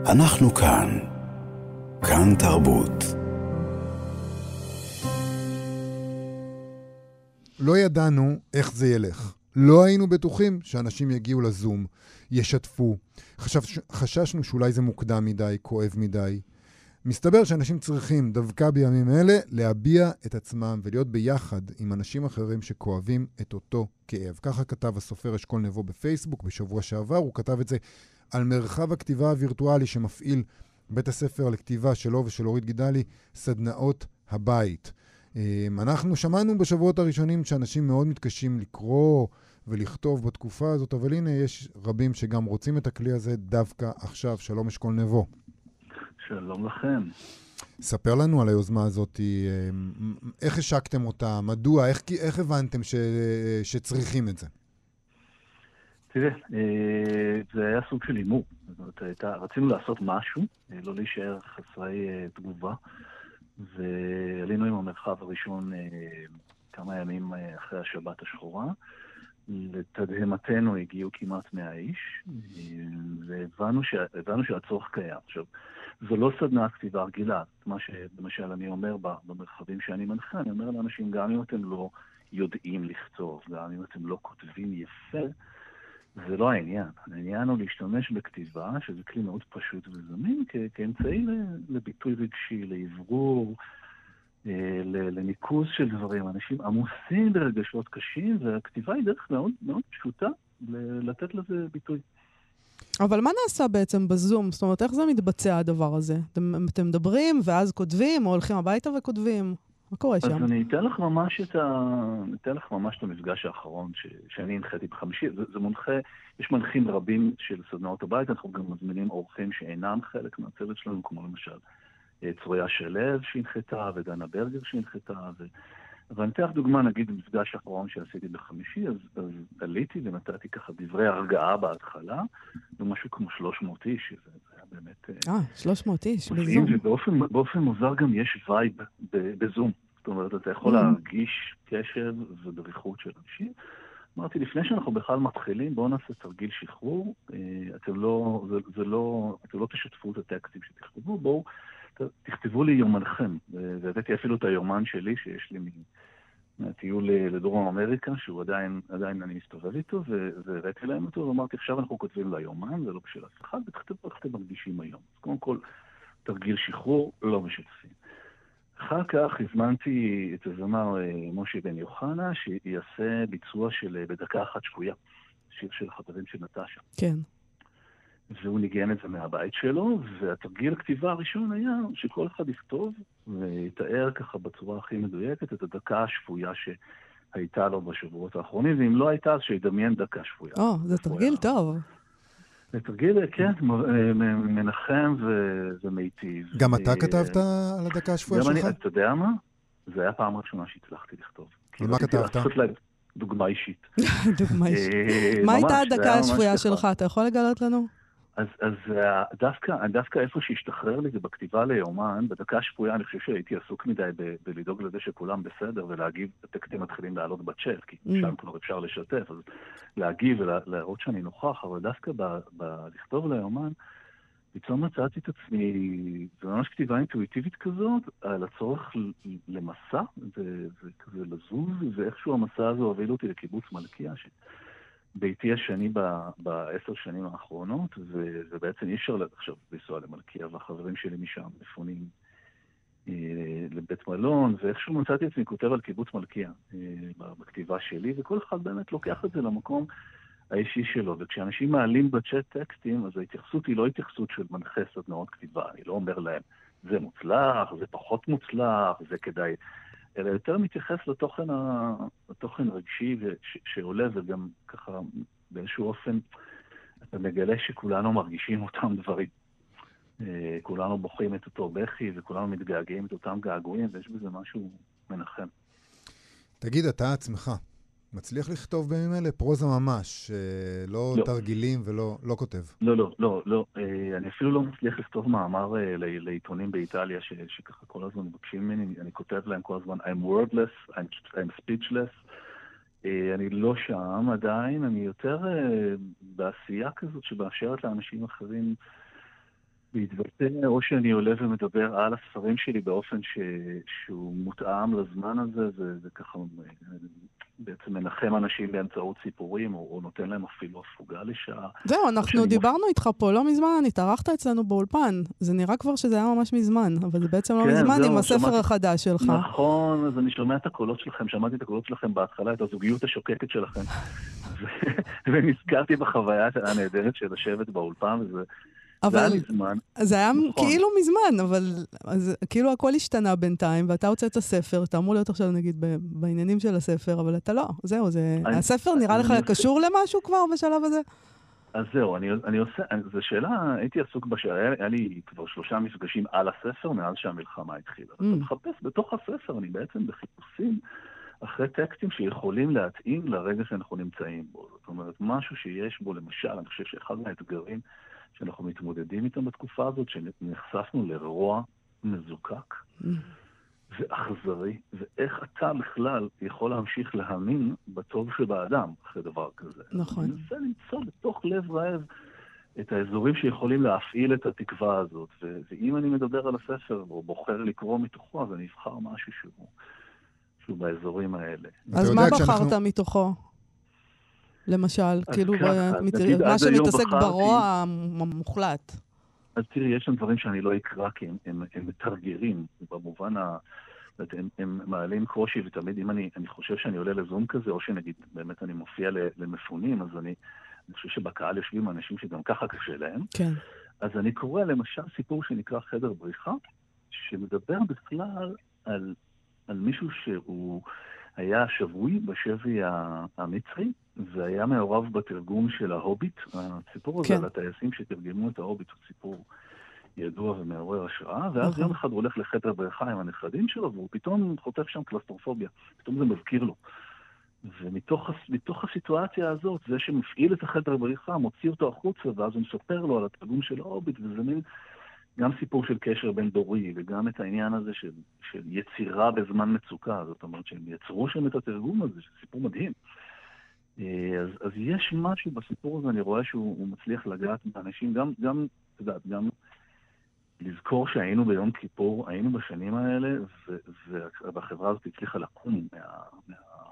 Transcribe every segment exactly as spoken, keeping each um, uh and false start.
אנחנו כאן. כאן תרבות. לא ידענו איך זה ילך. לא היינו בטוחים שאנשים יגיעו לזום, ישתפו. חשש, חששנו שאולי זה מוקדם מדי, כואב מדי. מסתבר שאנשים צריכים דווקא בימים אלה להביע את עצמם ולהיות ביחד עם אנשים אחרים שכואבים את אותו כאב. ככה כתב הסופר אשכול נבו בפייסבוק בשבוע שעבר. הוא כתב את זה על מרחב הכתיבה הווירטואלי שמפעיל בית הספר לכתיבה שלו ושל אורית גידלי, סדנאות הבית. אנחנו שמענו בשבועות הראשונים שאנשים מאוד מתקשים לקרוא ולכתוב בתקופה הזאת, אבל הנה יש רבים שגם רוצים את הכלי הזה דווקא עכשיו. שלום אשכול נבו. שלום לכם. ספר לנו על היוזמה הזאת, איך השקתם אותה, מדוע, איך, איך הבנתם ש, שצריכים את זה? תראה, זה היה סוג של אימור. זאת אומרת, רצינו לעשות משהו, לא להישאר חסרי תגובה, ועלינו עם המרחב הראשון כמה ימים אחרי השבת השחורה. לתדהמתנו הגיעו כמעט מאה איש, והבנו ש... הבנו שהצורך קיים. עכשיו, זו לא סדנת כתיבה רגילה. מה שלמשל אני אומר במרחבים שאני מנחה, אני אומר לאנשים, גם אם אתם לא יודעים לכתוב, גם אם אתם לא כותבים יפה, זה לא העניין. העניין הוא להשתמש בכתיבה, שזה כלי מאוד פשוט וזמין, כ- כאמצעי לביטוי רגשי, לעברור, לניקוז של דברים. אנשים עמוסים ברגשות קשים, והכתיבה היא דרך מאוד מאוד פשוטה לתת לזה ביטוי. אבל מה נעשה בעצם בזום? זאת אומרת, איך זה מתבצע הדבר הזה? אתם, אתם מדברים ואז כותבים, או הולכים הביתה וכותבים? מה קורה שם? אז אני אתן לך ממש את, ה... אתן לך ממש את המפגש האחרון ש... שאני הנחיתי בחמישי. זה, זה מונחה, יש מנחים רבים של סדנאות הבית, אנחנו גם מזמינים אורחים שאינם חלק מהצוות שלנו, כמו למשל צרויה שלב שהנחתה ודנה ברגר שהנחתה. ו... אבל אני אתן לך דוגמה, נגיד, במפגש האחרון שעשיתי בחמישי, אז, אז עליתי ונתתי ככה דברי הרגעה בהתחלה, ומשהו כמו שלוש מאות איש, זה, זה היה באמת... אה, שלוש מאות איש, בזום. ובאופן באופן מוזר גם יש וייב בזום. זאת אומרת, אתה יכול להרגיש קשב ודריכות של אנשים. אמרתי, לפני שאנחנו בכלל מתחילים, בואו נעשה תרגיל שחרור. אתם לא, זה, זה לא, אתם לא תשתפו את הטקסטים שתכתבו, בואו תכתבו לי יומנכם. והבאתי אפילו את היומן שלי, שיש לי מהטיול לדרום אמריקה, שהוא עדיין, עדיין אני מסתובב איתו, והראיתי להם אותו, ואמרתי, עכשיו אנחנו כותבים ליומן, זה לא בשביל אף אחד, ותכתבו איך אתם מרגישים היום. אז קודם כל, תרגיל שחרור, לא משתפים. אחר כך הזמנתי את הזמר משה בן יוחנה, שיעשה ביצוע של בדקה אחת שפויה, שיר של חברים של נטשה. כן. והוא ניגן את זה מהבית שלו, והתרגיל הכתיבה הראשון היה שכל אחד יכתוב ויתאר ככה בצורה הכי מדויקת את הדקה השפויה שהייתה לו בשבועות האחרונים, ואם לא הייתה, אז שידמיין דקה שפויה. או, זה תרגיל טוב. זה תרגיל, כן, מנחם ומיטיב. גם אתה כתבת על הדקה השפויה שלך? אתה יודע מה? זה היה פעם ראשונה שהצלחתי לכתוב. ומה כתבת? דוגמה אישית. דוגמה אישית. מה הייתה הדקה השפויה שלך? אתה יכול לגלות לנו? אז, אז דווקא, דווקא איפה שהשתחרר לי זה בכתיבה ליומן, בדקה השפויה אני חושב שהייתי עסוק מדי ב- בלדאוג לזה שכולם בסדר, ולהגיב, הטקסטים מתחילים לעלות בצ'אט, כי mm. שם כבר אפשר לשתף, אז להגיב ולהראות שאני נוכח, אבל דווקא ב- ב- לכתוב ליומן, פתאום מצאתי את עצמי, זה ממש כתיבה אינטואיטיבית כזאת, על הצורך למסע, וכזה לזוז, ואיכשהו המסע הזה הוביל אותי לקיבוץ מלכיה, ש... ביתי השני בעשר שנים האחרונות, ובעצם אי אפשר עכשיו לנסוע למלכיה, והחברים שלי משם מפונים לבית מלון, ואיכשהו מצאתי עצמי כותב על קיבוץ מלכיה בכתיבה שלי, וכל אחד באמת לוקח את זה למקום האישי שלו, וכשאנשים מעלים בצ'אט טקסטים, אז ההתייחסות היא לא התייחסות של מנחה סדנאות כתיבה, אני לא אומר להם, זה מוצלח, זה פחות מוצלח, זה כדאי... אלא יותר מתייחס לתוכן, ה... לתוכן רגשי ש... שעולה, וגם ככה באיזשהו אופן אתה מגלה שכולנו מרגישים אותם דברים. כולנו בוחרים את אותו בכי, וכולנו מתגעגעים את אותם געגועים, ויש בזה משהו מנחם. תגיד, אתה עצמך מצליח לכתוב בימים אלה פרוזה ממש, לא, לא. תרגילים ולא לא כותב? לא, לא, לא, לא. אני אפילו לא מצליח לכתוב מאמר לעיתונים באיטליה, ש, שככה כל הזמן מבקשים ממני, אני כותב להם כל הזמן, I'm wordless, I'm, I'm speechless. אני לא שם עדיין, אני יותר בעשייה כזאת שבאשרת לאנשים אחרים להתבטא, או שאני עולה ומדבר על הספרים שלי באופן ש... שהוא מותאם לזמן הזה, זה, זה ככה בעצם מנחם אנשים באמצעות סיפורים, או, או נותן להם אפילו הפוגה לשעה. זהו, אנחנו דיברנו מופיע... איתך פה לא מזמן, התארחת אצלנו באולפן. זה נראה כבר שזה היה ממש מזמן, אבל זה בעצם לא כן, מזמן זהו, עם הספר שמעתי... החדש שלך. נכון, אז אני שומע את הקולות שלכם, שמעתי את הקולות שלכם בהתחלה, את הזוגיות השוקקת שלכם. ונזכרתי בחוויה הנהדרת של לשבת באולפן, וזה... אבל זה היה מזמן. זה היה נכון. כאילו מזמן, אבל אז, כאילו הכל השתנה בינתיים, ואתה הוצאת הספר, אתה אמור להיות עכשיו נגיד ב, בעניינים של הספר, אבל אתה לא, זהו, זה... אני, הספר נראה אני לך אני קשור עושה... למשהו כבר בשלב הזה? אז זהו, אני, אני עושה, זו שאלה, הייתי עסוק בשאלה, היה, היה לי כבר שלושה מפגשים על הספר, מאז שהמלחמה התחילה. Mm. אתה מחפש בתוך הספר, אני בעצם בחיפושים, אחרי טקסטים שיכולים להתאים לרגע שאנחנו נמצאים בו. זאת אומרת, משהו שיש בו, למשל, אני חושב שאחד מהאתגרים שאנחנו מתמודדים איתם בתקופה הזאת, שנחשפנו לרוע מזוקק mm. ואכזרי, ואיך אתה בכלל יכול להמשיך להאמין בטוב שבאדם אחרי דבר כזה. נכון. אני מנסה למצוא בתוך לב רעב את האזורים שיכולים להפעיל את התקווה הזאת, ו- ואם אני מדבר על הספר, או בוחר לקרוא מתוכו, אז אני אבחר משהו שהוא, שהוא באזורים האלה. אז מה בחרת כשאנחנו... מתוכו? למשל, כאילו, מה שמתעסק ברוע המוחלט. אז תראי, יש שם דברים שאני לא אקרא, כי הם, הם, הם מתרגרים, במובן ה... הם, הם מעלים קושי, ותמיד אם אני, אני חושב שאני עולה לזום כזה, או שנגיד, באמת אני מופיע למפונים, אז אני, אני חושב שבקהל יושבים אנשים שגם ככה קשה להם. כן. אז אני קורא למשל סיפור שנקרא חדר בריחה, שמדבר בכלל על, על מישהו שהוא היה שבוי בשבי המצרי, והיה מעורב בתרגום של ההוביט. הסיפור הזה כן. על הטייסים שתרגמו את ההוביט, הוא סיפור ידוע ומעורר השראה, ואז נכון. יום אחד הוא הולך לחדר בריחה עם הנכדים שלו, והוא פתאום חוטף שם קלסטרופוביה. פתאום זה מזכיר לו. ומתוך מתוך הסיטואציה הזאת, זה שמפעיל את החדר בריחה, מוציא אותו החוצה, ואז הוא מספר לו על התרגום של ההוביט, וזה מין גם סיפור של קשר בין דורי, וגם את העניין הזה של, של יצירה בזמן מצוקה. זאת אומרת שהם יצרו שם את התרגום הזה, שזה סיפור מדהים. אז, אז יש משהו בסיפור הזה, אני רואה שהוא מצליח לגעת באנשים, גם, גם, אתה יודע, גם לזכור שהיינו ביום כיפור, היינו בשנים האלה, והחברה הזאת הצליחה לקום מה... מה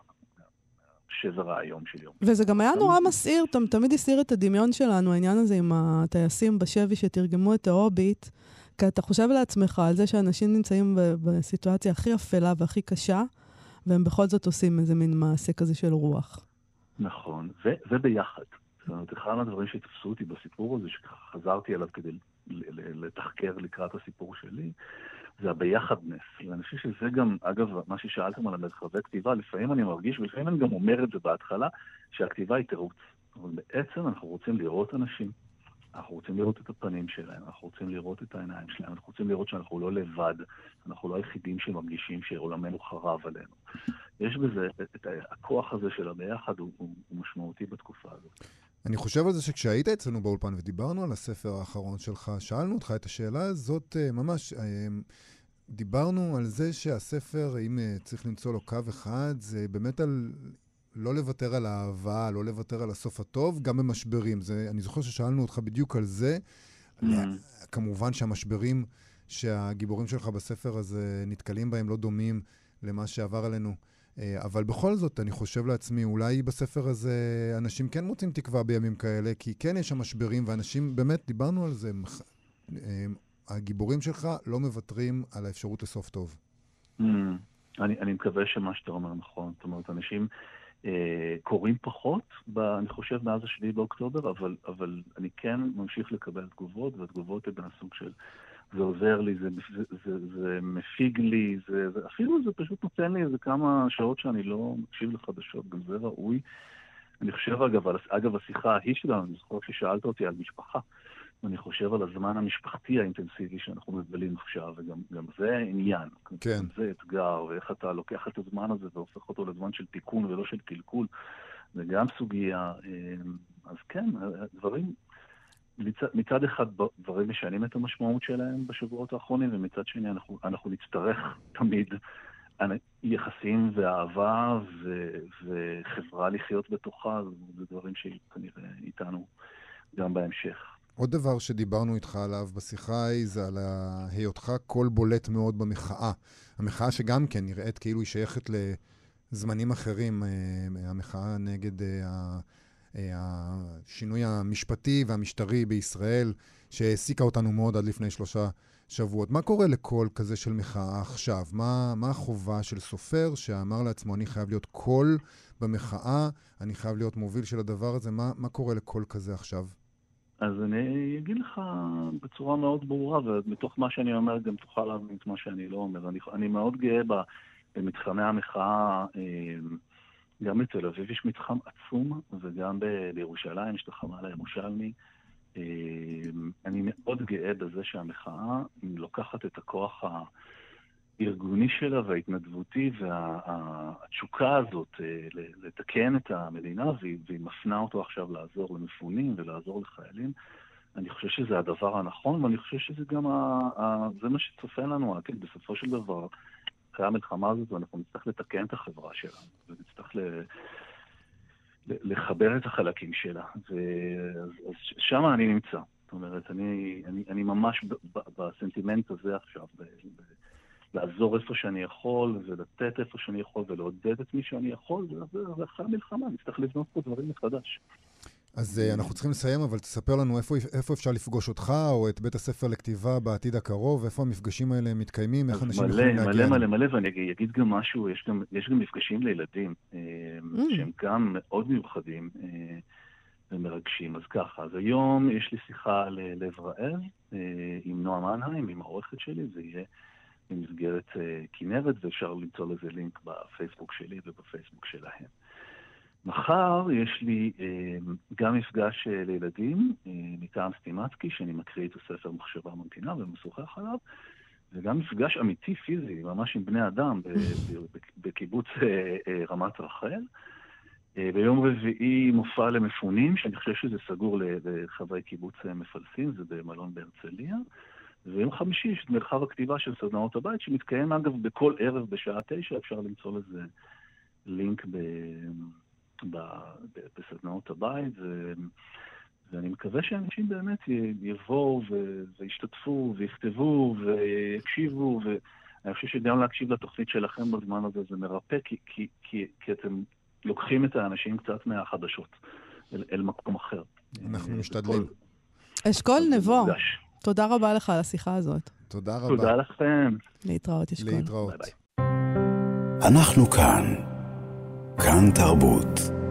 שבר היום של יום. וזה גם היה נורא מסעיר, תמיד הסעיר את הדמיון שלנו, העניין הזה עם הטייסים בשבי שתרגמו את ההוביט, כי אתה חושב לעצמך על זה שאנשים נמצאים בסיטואציה הכי אפלה והכי קשה, והם בכל זאת עושים איזה מין מעשה כזה של רוח. נכון, זה ביחד. זאת אומרת, אחד מהדברים שתפסו אותי בסיפור הזה, שחזרתי עליו כדי לתחקר לקראת הסיפור שלי, זה הביחדנס. ואני חושב שזה גם, אגב, מה ששאלתם על המרחבי כתיבה, לפעמים אני מרגיש, ולפעמים אני גם אומר את זה בהתחלה, שהכתיבה היא תירוץ. אבל בעצם אנחנו רוצים לראות אנשים, אנחנו רוצים לראות את הפנים שלהם, אנחנו רוצים לראות את העיניים שלהם, אנחנו רוצים לראות שאנחנו לא לבד, אנחנו לא היחידים שמרגישים שעולמנו חרב עלינו. יש בזה, את הכוח הזה של הביחד הוא, הוא, הוא משמעותי בתקופה הזאת. אני חושב על זה שכשהיית אצלנו באולפן ודיברנו על הספר האחרון שלך, שאלנו אותך את השאלה הזאת, ממש דיברנו על זה שהספר, אם צריך למצוא לו קו אחד, זה באמת על לא לוותר על האהבה, לא לוותר על הסוף הטוב, גם במשברים. זה, אני זוכר ששאלנו אותך בדיוק על זה. Mm-hmm. כמובן שהמשברים שהגיבורים שלך בספר הזה נתקלים בהם לא דומים למה שעבר עלינו. אבל בכל זאת, אני חושב לעצמי, אולי בספר הזה אנשים כן מוצאים תקווה בימים כאלה, כי כן יש שם משברים, ואנשים, באמת, דיברנו על זה, הגיבורים שלך לא מוותרים על האפשרות לסוף טוב. Mm, אני, אני מקווה שמה שאתה אומר נכון. זאת אומרת, אנשים אה, קוראים פחות, ב, אני חושב, מאז השביעי באוקטובר, אבל, אבל אני כן ממשיך לקבל תגובות, והתגובות הן מהסוג של זה עוזר לי, זה, זה, זה, זה מפיג לי, זה, זה, אפילו זה פשוט נותן לי איזה כמה שעות שאני לא מקשיב לחדשות, גם זה ראוי. אני חושב, אגב, על, אגב השיחה ההיא שלנו, אני זוכר ששאלת אותי על משפחה, ואני חושב על הזמן המשפחתי האינטנסיבי שאנחנו מבלים עכשיו, וגם גם זה עניין. כן. זה אתגר, ואיך אתה לוקח את הזמן הזה והופך אותו לזמן של תיקון ולא של קלקול, זה גם סוגיה. אז כן, דברים... מצד, מצד אחד דברים משנים את המשמעות שלהם בשבועות האחרונים, ומצד שני אנחנו, אנחנו נצטרך תמיד יחסים ואהבה ו, וחברה לחיות בתוכה, זה דברים שכנראה איתנו גם בהמשך. עוד דבר שדיברנו איתך עליו בשיחה היא, זה על היותך קול בולט מאוד במחאה. המחאה שגם כן נראית כאילו היא שייכת לזמנים אחרים, המחאה נגד השינוי המשפטי והמשטרי בישראל, שהעסיקה אותנו מאוד עד לפני שלושה שבועות. מה קורה לקול כזה של מחאה עכשיו? מה, מה החובה של סופר שאמר לעצמו, אני חייב להיות קול במחאה, אני חייב להיות מוביל של הדבר הזה? מה, מה קורה לקול כזה עכשיו? אז אני אגיד לך בצורה מאוד ברורה, ומתוך מה שאני אומר גם תוכל להבין את מה שאני לא אומר. אני, אני מאוד גאה במתחמי המחאה, גם בתל אביב יש מתחם עצום, וגם ב- בירושלים יש את החמ"ל הירושלמי. אני מאוד גאה בזה שהמחאה לוקחת את הכוח הארגוני שלה וההתנדבותי והתשוקה הזאת לתקן את המדינה, והיא מפנה אותו עכשיו לעזור למפונים ולעזור לחיילים. אני חושב שזה הדבר הנכון, ואני חושב שזה גם ה... זה מה שצופה לנו העתיד. בסופו של דבר, אחרי המלחמה הזאת, אנחנו נצטרך לתקן את החברה שלנו, ונצטרך ל... לחבר את החלקים שלה, אז שם אני נמצא. זאת אומרת, אני, אני, אני ממש ב, ב, בסנטימנט הזה עכשיו, ב, ב, לעזור איפה שאני יכול, ולתת איפה שאני יכול, ולעודד את מי שאני יכול, ואחרי המלחמה נצטרך לבנות פה דברים מחדש. אז אנחנו צריכים לסיים, אבל תספר לנו איפה, איפה אפשר לפגוש אותך, או את בית הספר לכתיבה בעתיד הקרוב, איפה המפגשים האלה מתקיימים, איך אנשים יכולים להגיע. מלא, מלא, מלא, ואני אגיד גם משהו, יש גם, יש גם מפגשים לילדים, שהם גם מאוד מיוחדים ומרגשים. אז ככה, אז היום יש לי שיחה ללב רעב, עם נועה מנהיים, עם העורכת שלי, זה יהיה במסגרת כנרת, ואפשר למצוא לזה לינק בפייסבוק שלי ובפייסבוק שלהם. מחר יש לי אה, גם מפגש אה, לילדים אה, מטעם סטימצקי, שאני מקריא את הספר מחשבה ממתינה ומשוחח עליו, וגם מפגש אמיתי פיזי, ממש עם בני אדם, ב- ב- בקיבוץ אה, אה, רמת רחל. אה, ביום רביעי מופע למפונים, שאני חושב שזה סגור לחברי קיבוץ אה, מפלסים, זה במלון בהרצליה. ויום חמישי יש מרחב הכתיבה של סדנאות הבית, שמתקיים אגב בכל ערב בשעה תשע, אפשר למצוא לזה לינק ב... בסדנאות הבית, ו... ואני מקווה שאנשים באמת יבואו ו... וישתתפו ויכתבו ויקשיבו, ואני חושב שגם להקשיב לתוכנית שלכם בזמן הזה זה מרפא, כי, כי, כי, כי אתם לוקחים את האנשים קצת מהחדשות אל, אל מקום אחר. אנחנו משתדלים. אשכול נבו, תודה רבה לך על השיחה הזאת. תודה רבה. תודה לכם. להתראות אשכול. להתראות. ביי ביי. אנחנו כאן. כאן תרבות.